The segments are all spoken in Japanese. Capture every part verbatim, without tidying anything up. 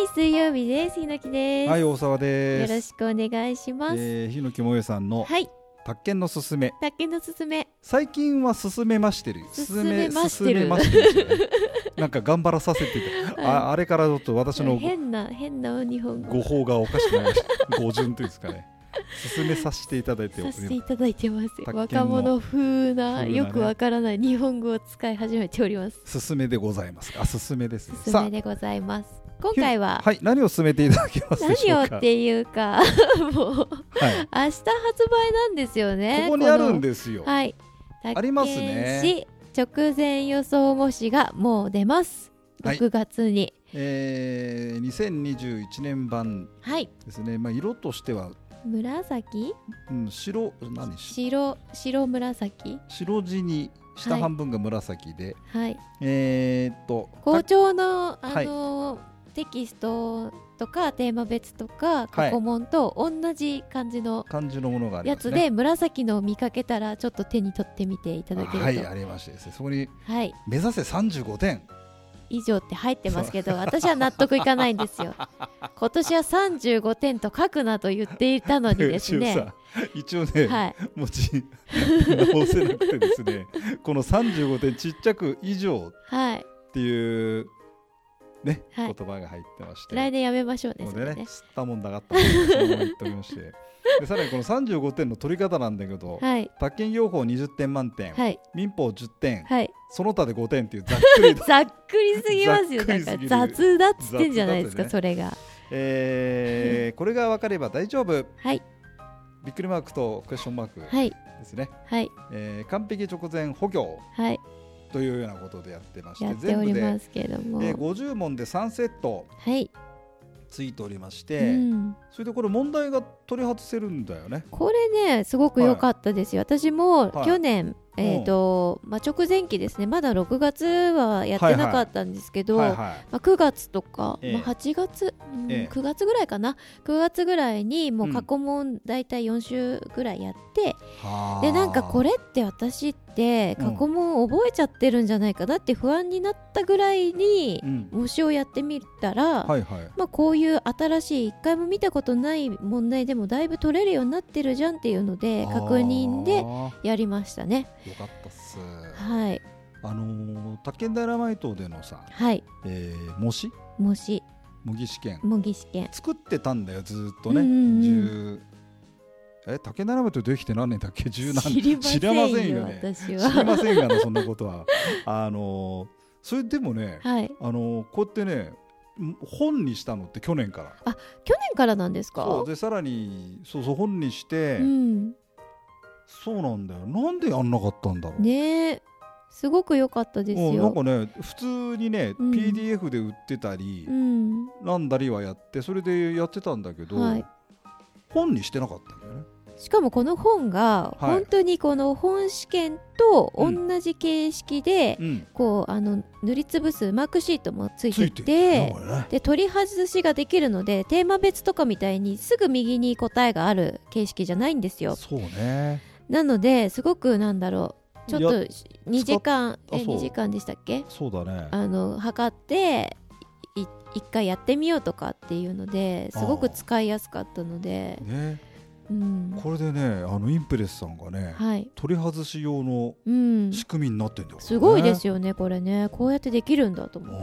水曜日です。ひのきです。 はい、大沢です。 よろしくお願いします。 えー、ひのきもえさんのはい宅建のすすめ。 宅建のすすめ。 最近は進めましてる。 進めましてる。 進めましてる、ね、なんか頑張らさせてて、あ, あれからちょっと私の変な変な日本語語法がおかしくなりました。語順というんですかね。進めさせていただいてさせていただいてます。若者風な、ね、よくわからない日本語を使い始めております。 進めでございます。あ、進めです、ね。 進めでございます。今回は、 はい、何を進めていただけますでしょうか。 何をっていうかもう、はい、明日発売なんですよね。 ここにあるんですよ。 はい、 ありますね。 直前予想模試がもう出ます。ろくがつに、はい、 えー、にせんにじゅういちねん版ですね。はい、まあ、色としては紫、 うん、白何白白紫、 白地に下半分が紫で、 はい、 えー、っと校長のあの、はい、テキストとかテーマ別とか過去問と同じ感じの感じのものがありやますね。 つで紫のを見かけたらちょっと手に取ってみていただけると、 はい、ありましてですね、そこに、 はい、 目指せさんじゅうごてん以上って入ってますけど、私は納得いかないんですよ。今年はさんじゅうごてんと書くなと言っていたのにですね一応ね、はい、もう直せなくてですねこのさんじゅうごてんちっちゃく以上っていう、ね、はい、言葉が入ってまして、 来年やめましょうね。 もうね、吸ったもんだがったもんだそのまま言っておりましてでさらにこのさんじゅうごてんの取り方なんだけど、はい、宅建業法にじゅってん満点、はい、民法じゅってん、はい、その他でごてんっていうざっくりざっくりすぎますよ。なんか雑だっつってんじゃないですか、ね、それが、 えー、これが分かれば大丈夫、 はい、 びっくりマークとクエスチョンマークですね、はい、えー、完璧直前補強、はい、というようなことでやってまして、 やっておりますけども、 全部で、えー、ごじゅう問でさんセット、はい、ついておりまして、うん、それでこれ問題が取り外せるんだよね。 これねすごく良かったですよ、はい、私も去年、はい、えーとまあ、直前期ですね、まだろくがつはやってなかったんですけど、はいはい、まあ、くがつとか、えーまあ、はちがつ、うん、えー、くがつぐらいかな、くがつぐらいにもう過去問だいたいよん週ぐらいやって、うん、でなんかこれって私って過去問覚えちゃってるんじゃないかなって不安になったぐらいに模試をやってみたら、うん、はいはい、まあ、こういう新しい一回も見たことない問題でもだいぶ取れるようになってるじゃんっていうので確認でやりましたね。 よかったっす。 はい、あのー、宅建ダイナマイトでのさ、 はい、 えー、模試模試模擬試験模擬試験作ってたんだよずっとね、うんうん、え宅建ダイナマイトできて何年だっけ、じゅう何年知りませんよね。私は知りませんがなそんなことはあのー、それでもね、はい、あのー、こうやってね本にしたのって去年から。 あ、去年からなんですか。 そうでさらにそうそう本にして、うん、そうなんだよ。なんでやんなかったんだろうね。すごく良かったですよ。 なんかね普通にね、うん、ピーディーエフ で売ってたり、うん、なんだりはやってそれでやってたんだけど、はい、本にしてなかったんだよね。 しかもこの本が本当にこの本試験と同じ形式で、うん、こうあの塗りつぶすマークシートもついてて、てね、で取り外しができるのでテーマ別とかみたいにすぐ右に答えがある形式じゃないんですよ。 そうね。 なのですごくなんだろうちょっとにじかんえにじかんでしたっけ。 そうだね。 あの測ってい一回やってみようとかっていうのですごく使いやすかったので、ね、うん、 これでねあのインプレスさんがね、はい、取り外し用の仕組みになってんだよ、ね、 すごいですよねこれね。こうやってできるんだと思って。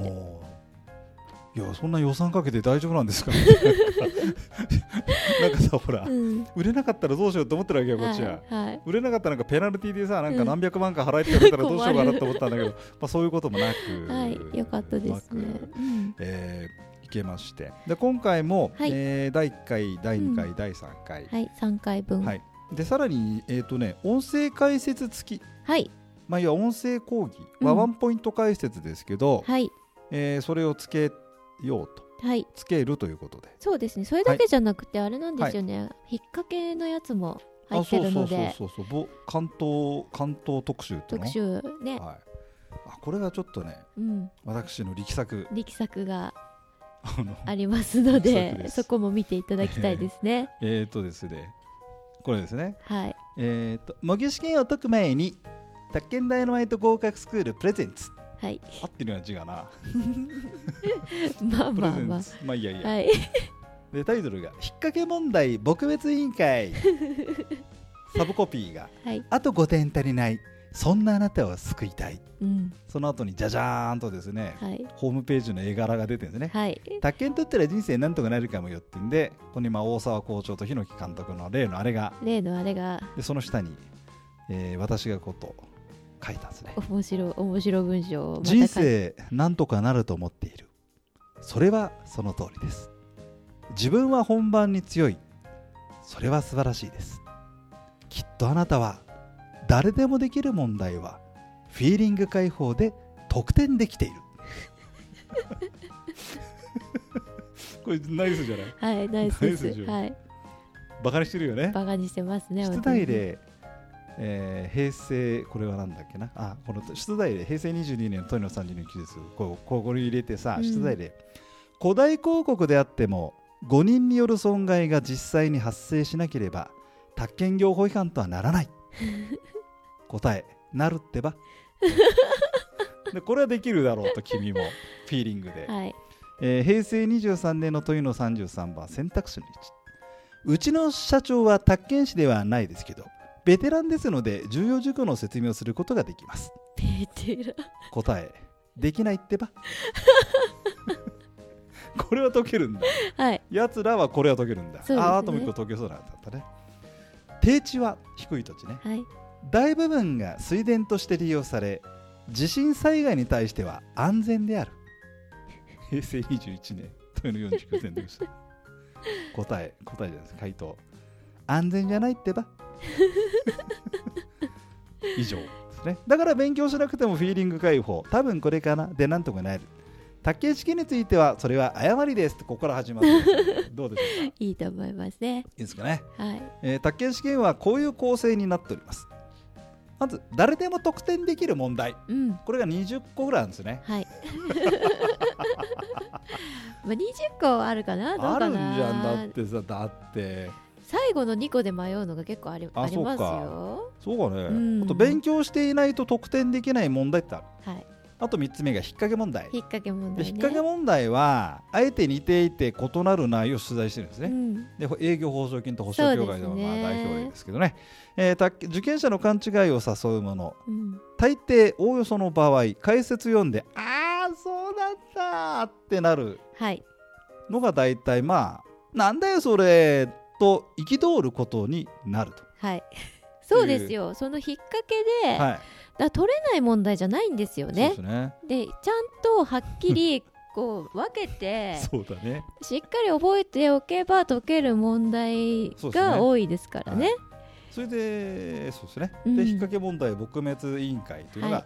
いやそんな予算かけて大丈夫なんですかねなんかさほら、うん、売れなかったらどうしようと思ってるわけよこっちは、はいはい、売れなかったらなんかペナルティでさなんか何百万か払えって言われたらどうしようかなと思ったんだけど、まあ、そういうこともなく、 はい、よかったですね、うん、 えー、いけましてで今回も、はい、えー、だいいっかいだいにかい、うん、だいさんかい、 はい、さんかいぶん、はい、 でさらに、えーとね、音声解説付き、はい、まあ、いや音声講義はワンポイント解説ですけど、うん、はい、えー、それをつけようと、はい、つけるということで。 そうですね。それだけじゃなくて、はい、あれなんですよね、はい、引っ掛けのやつも入ってるので。 そうそうそうそう関東関東特集っていうの特集ね、 はい、あこれがちょっとね、うん、私の力作力作がありますのでそこも見ていただきたいですね。 えー、えーとですねこれですね、はい、えーと模擬試験を解く前に宅建ダイナマイト合格スクールプレゼンツはい、 合ってるような字がなまあまあまあまあいいやいいや、 はい、 でタイトルが引っ掛け問題撲滅委員会サブコピーが、はい、あとごてん足りないそんなあなたを救いたい、うん、その後にじゃじゃーんとですね、はい、ホームページの絵柄が出てるんですね、はい、宅建といったら人生なんとかなるかもよってんで、ここにまあ大沢校長と檜監督の例のあれが例のあれがで、その下に、えー、私がこと書いたんですね。 面白い面白い文章を、 人生なんとかなると思っている、それはその通りです。自分は本番に強い、それは素晴らしいです。きっとあなたは誰でもできる問題はフィーリング解放で得点できているこれナイスじゃない？ はい、ナイスです。はい、 バカにしてるよね。 バカにしてますね。 出題例、えー、平成、これはなんだっけな、あ、この出題例平成にじゅうにねん豊野さんじゅうねん記述、こうここに入れてさ、うん、出題例、古代広告であってもごにんによる損害が実際に発生しなければ宅建業法違反とはならない答え、なるってばでこれはできるだろうと君もフィーリングで、はい、えー、平成にじゅうさんねんの問いのさんじゅうさんばん選択肢のいち、うちの社長は宅建士ではないですけどベテランですので重要事項の説明をすることができます。 ベテラン、 答え、できないってばこれは解けるんだ、はい、やつらはこれは解けるんだ、ね、ああともう一個解けそうなんだったね。低地は低い土地ね、はい、大部分が水田として利用され地震災害に対しては安全である平成にじゅういちねん問いのよんじゅうきゅうせんでした答え、答えじゃないです、回答、安全じゃないってば以上ですね。だから勉強しなくてもフィーリング解放、多分これかなでなんとかなる。宅建試験についてはそれは誤りですってここから始まるどうでしょうか。 いいと思いますね。 いいですかね、 はい、 えー、宅建試験はこういう構成になっております。まず誰でも得点できる問題、うん、これがにじゅっこぐらいあるんですね。はいまあにじゅっこあるかな、どうかな。 あるんじゃん、だってさ、だって最後のにこで迷うのが結構あり、あ、ありますよ。 そうかね、うん、あと勉強していないと得点できない問題ってある、はい、あとみっつめが引っ掛け問題。 引っ掛け問題、ね、 引っ掛け問題はあえて似ていて異なる内容を出題してるんですね、うん、で営業報奨金と保証協会ではまあ代表例ですけどね、えー、受験者の勘違いを誘うもの、うん、大抵おおよその場合解説読んでああそうだったってなるのが大体、まあなんだよそれと憤ることになると。 はいそうですよ。その引っ掛けで、はい、だ取れない問題じゃないんですよね。そうですね。でちゃんとはっきりこう分けてそうだね、 しっかり覚えておけば解ける問題が多いですからね。 それでそうですね、うん、で引っ掛け問題撲滅委員会というのが、はい、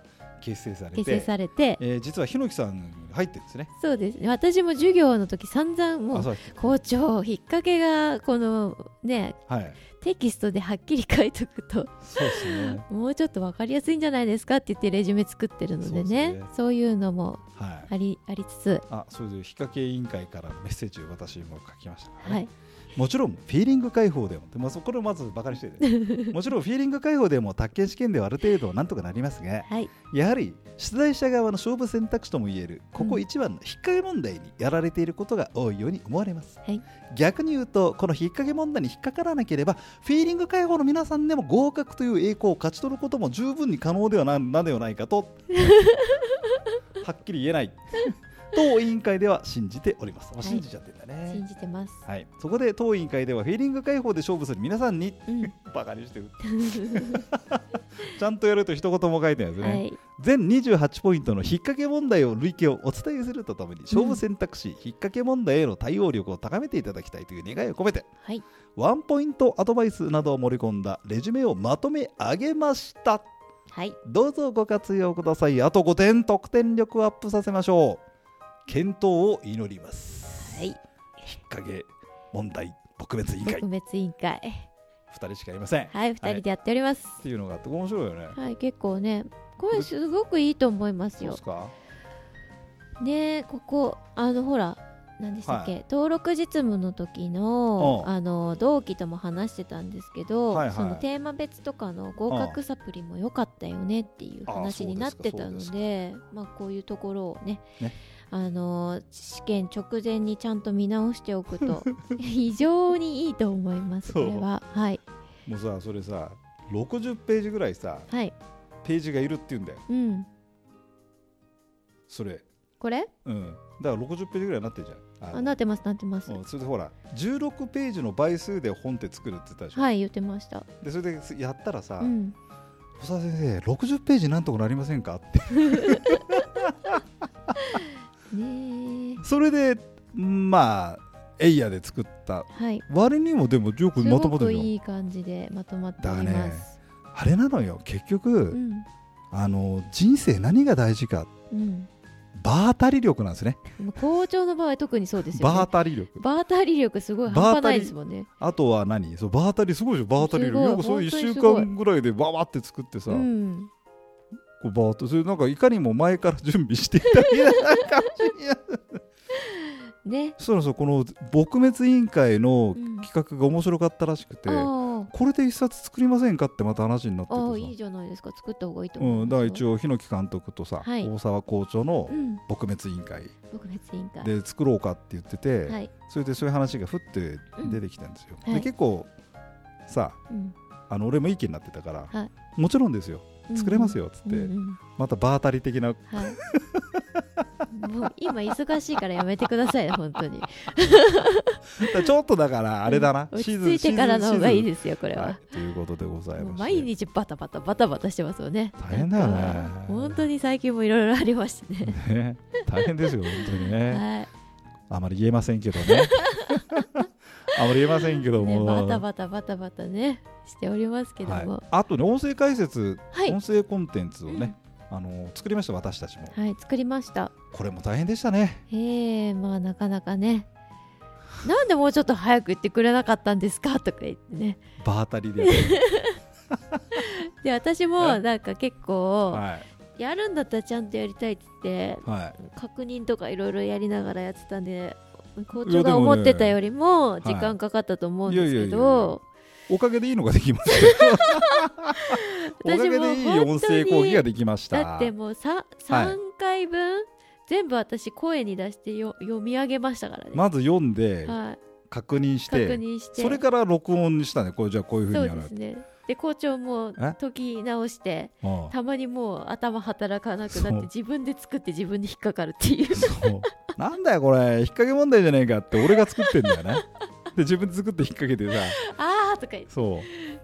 結成されて、 結成されて、 えー、実は檜さん入ってるんですね。 そうですね。私も授業の時散々もう校長引っ掛けがこのね、はい、テキストではっきり書いておくとそうです、ね、 もうちょっと分かりやすいんじゃないですかって言ってレジュメ作ってるので ね, そうですね、そういうのもあ り,、はい、ありつつ、 あ、そういう引っ掛け委員会からメッセージを私も書きましたからね、はい、もちろんフィーリング解放でも、まあ、これをまずバカにしてるもちろんフィーリング解放でも宅建試験ではある程度なんとかなりますが、はい、やはり出題者側の勝負選択肢ともいえるここ一番の引っ掛け問題にやられていることが多いように思われます、はい、逆に言うとこの引っ掛け問題に引っかからなければフィーリング解放の皆さんでも合格という栄光を勝ち取ることも十分に可能では な, なではないかとはっきり言えない当委員会では信じております。信じちゃってんだね、はい、 信じてます、 はい、そこで当委員会ではフィーリング解放で勝負する皆さんに、うん、バカにしてるちゃんとやると一言も書いてないですね、はい、全にじゅうはちポイントの引っ掛け問題を累計をお伝えするとともに勝負選択肢、うん、引っ掛け問題への対応力を高めていただきたいという願いを込めて、はい、ワンポイントアドバイスなどを盛り込んだレジュメをまとめ上げました、はい、どうぞご活用ください。あとごてん得点力をアップさせましょう。検討を祈ります、はい、引っ掛け問題撲滅委員会撲滅委員会ふたりしかいません。 はい、ふたりでやっております、 はい、っていうのがあって面白いよね。 はい、結構ねこれすごくいいと思いますよ。 そうですかね。 ここあのほら何でしたっけ、はい、登録実務の時の、あの同期とも話してたんですけど、はいはい、そのテーマ別とかの合格サプリも良かったよねっていう話になってたの で, でまあ、こういうところを ね, ねあの試験直前にちゃんと見直しておくと非常にいいと思いますこれは、はい、 もうさそれさろくじゅっページぐらいさ、はい、ページがいるって言うんだよ、うん、それこれ、 うん、だからろくじゅっページぐらいになってるじゃん。 あなってますなってます、うん、 それでほらじゅうろくページの倍数で本って作るって言ったでしょ。 はい言ってました。 でそれでやったらさ、うん、細田先生ろくじゅっページなんとかなりませんかってねそれでまあエイヤで作った割にもでもよくまとまってるよ。 すごくいい感じでまとまっております。だねあれなのよ結局、うん、あの人生何が大事か、うん場当たり力なんですね。 校長の場合特にそうですよね。 場当たり力場当たり力すごい半端ないですもんね。 あとは何そう場当たりすごいでしょ。場当たり力よくそういっしゅうかんぐらいでババって作ってさ、うん、こうバーッとそれなんかいかにも前から準備していたみたいな感じになるね、そろそろこの撲滅委員会の企画が面白かったらしくて、うん、これで一冊作りませんかってまた話になっててさ、 あいいじゃないですか作った方がいいと思う、 うん、だから一応檜監督とさ、はい、大沢校長の撲滅委員会で作ろうかって言ってて、はい、それでそういう話がふって出てきたんですよ、うん、で結構さ、はい、あの俺も意見になってたから、はい、もちろんですよ作れますよっつって、うんうん、また場当たり的な、はいもう今忙しいからやめてください本当にちょっとだからあれだな、 うん、落ち着いてからの方がいいですよこれは、はい、 ということでございます。 毎日バタバタバタバタしてますよね。 大変だよね本当に最近もいろいろありまして ね, ね大変ですよ本当にね、はい、あまり言えませんけどねあまり言えませんけども、 ね、バタバタバタバタねしておりますけども、はい、 あとね音声解説、はい、音声コンテンツをね、うん、あの作りました私たちも。 はい作りました。 これも大変でしたね。 ええまあなかなかねなんでもうちょっと早く言ってくれなかったんですかとか言ってね場当たりでで私もなんか結構、はい、やるんだったらちゃんとやりたいって言って、はい、確認とかいろいろやりながらやってたんで校長が思ってたよりも時間かかったと思うんですけど、 おかげでいいのができましたおかげでいい音声講義ができました。 だってもう 3, さんかいぶん、はい、全部私声に出してよ読み上げましたからね。 まず読んで、はい、確認して、確認してそれから録音にしたね。これじゃあこういうふうにやる。そうですね。で校長も解き直してたまにもう頭働かなくなって自分で作って自分で引っかかるっていうそうなんだよこれ引っ掛け問題じゃないかって俺が作ってんだよねで自分で作って引っ掛けてさあーとか言ってそう、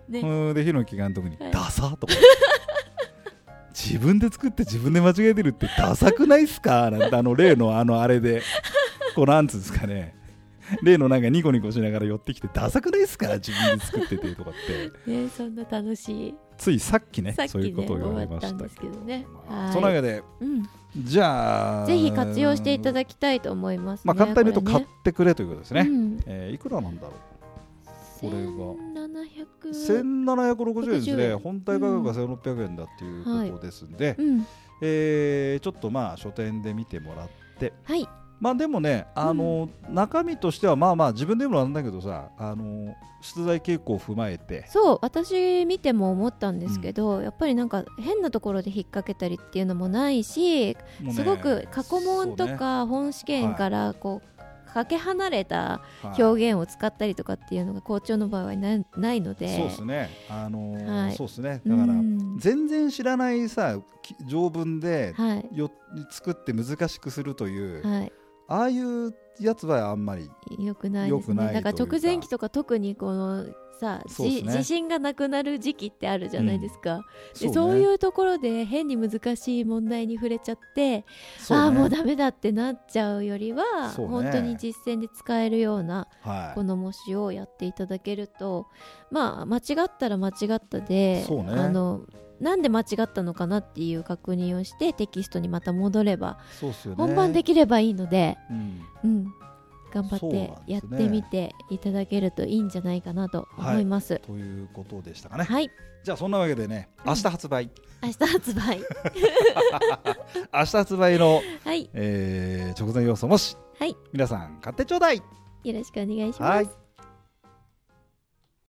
ね、うんで檜監督に、はい、ダサとか自分で作って自分で間違えてるってダサくないっすかなんてあの例のあのあれでこうなんつうんですかね例のなんかニコニコしながら寄ってきてダサくないっすか自分で作っててとかってねそんな楽しいついさっきね、ねそういうことを言われましたんですけどね、 まあ、その中で、うん、じゃあぜひ活用していただきたいと思います、ねまあ、簡単に言うと買ってくれということですね、うんえー、いくらなんだろうこれがせんななひゃくろくじゅうえんですね。本体価格がせんろっぴゃくえんだっていうことですんで、うんはいえー、ちょっとまあ書店で見てもらってはいまあでもね、あのーうん、中身としてはまあまあ自分で言うのなんだけどさ、あのー、出題傾向を踏まえてそう私見ても思ったんですけど、うん、やっぱりなんか変なところで引っ掛けたりっていうのもないし、ね、すごく過去問とか本試験からこう、はい、かけ離れた表現を使ったりとかっていうのが校長の場合は な, ないのでそうですね、あのーはい、そうですねだから全然知らないさ条文でよ、はい、作って難しくするという、はいああいうやつはあんまり良くないですね。だから直前期とか特にこのさ、ね、自信がなくなる時期ってあるじゃないですか、うん、で そうね、そういうところで変に難しい問題に触れちゃって、ね、ああもうダメだってなっちゃうよりは、ね、本当に実践で使えるようなこの模試をやっていただけると、まあ間違ったら間違ったで、ね、あのなんで間違ったのかなっていう確認をしてテキストにまた戻れば、そうっすよね、本番できればいいので、うんうん、 頑張ってやってみていただけるといいんじゃないかなと思います、 はい、ということでしたかね。 はい、 じゃあそんなわけでね、明日発売、 うん、明日発売明日発売の、 はい、 えー、直前要素もし、 はい、 皆さん買ってちょうだい。 よろしくお願いします。はい。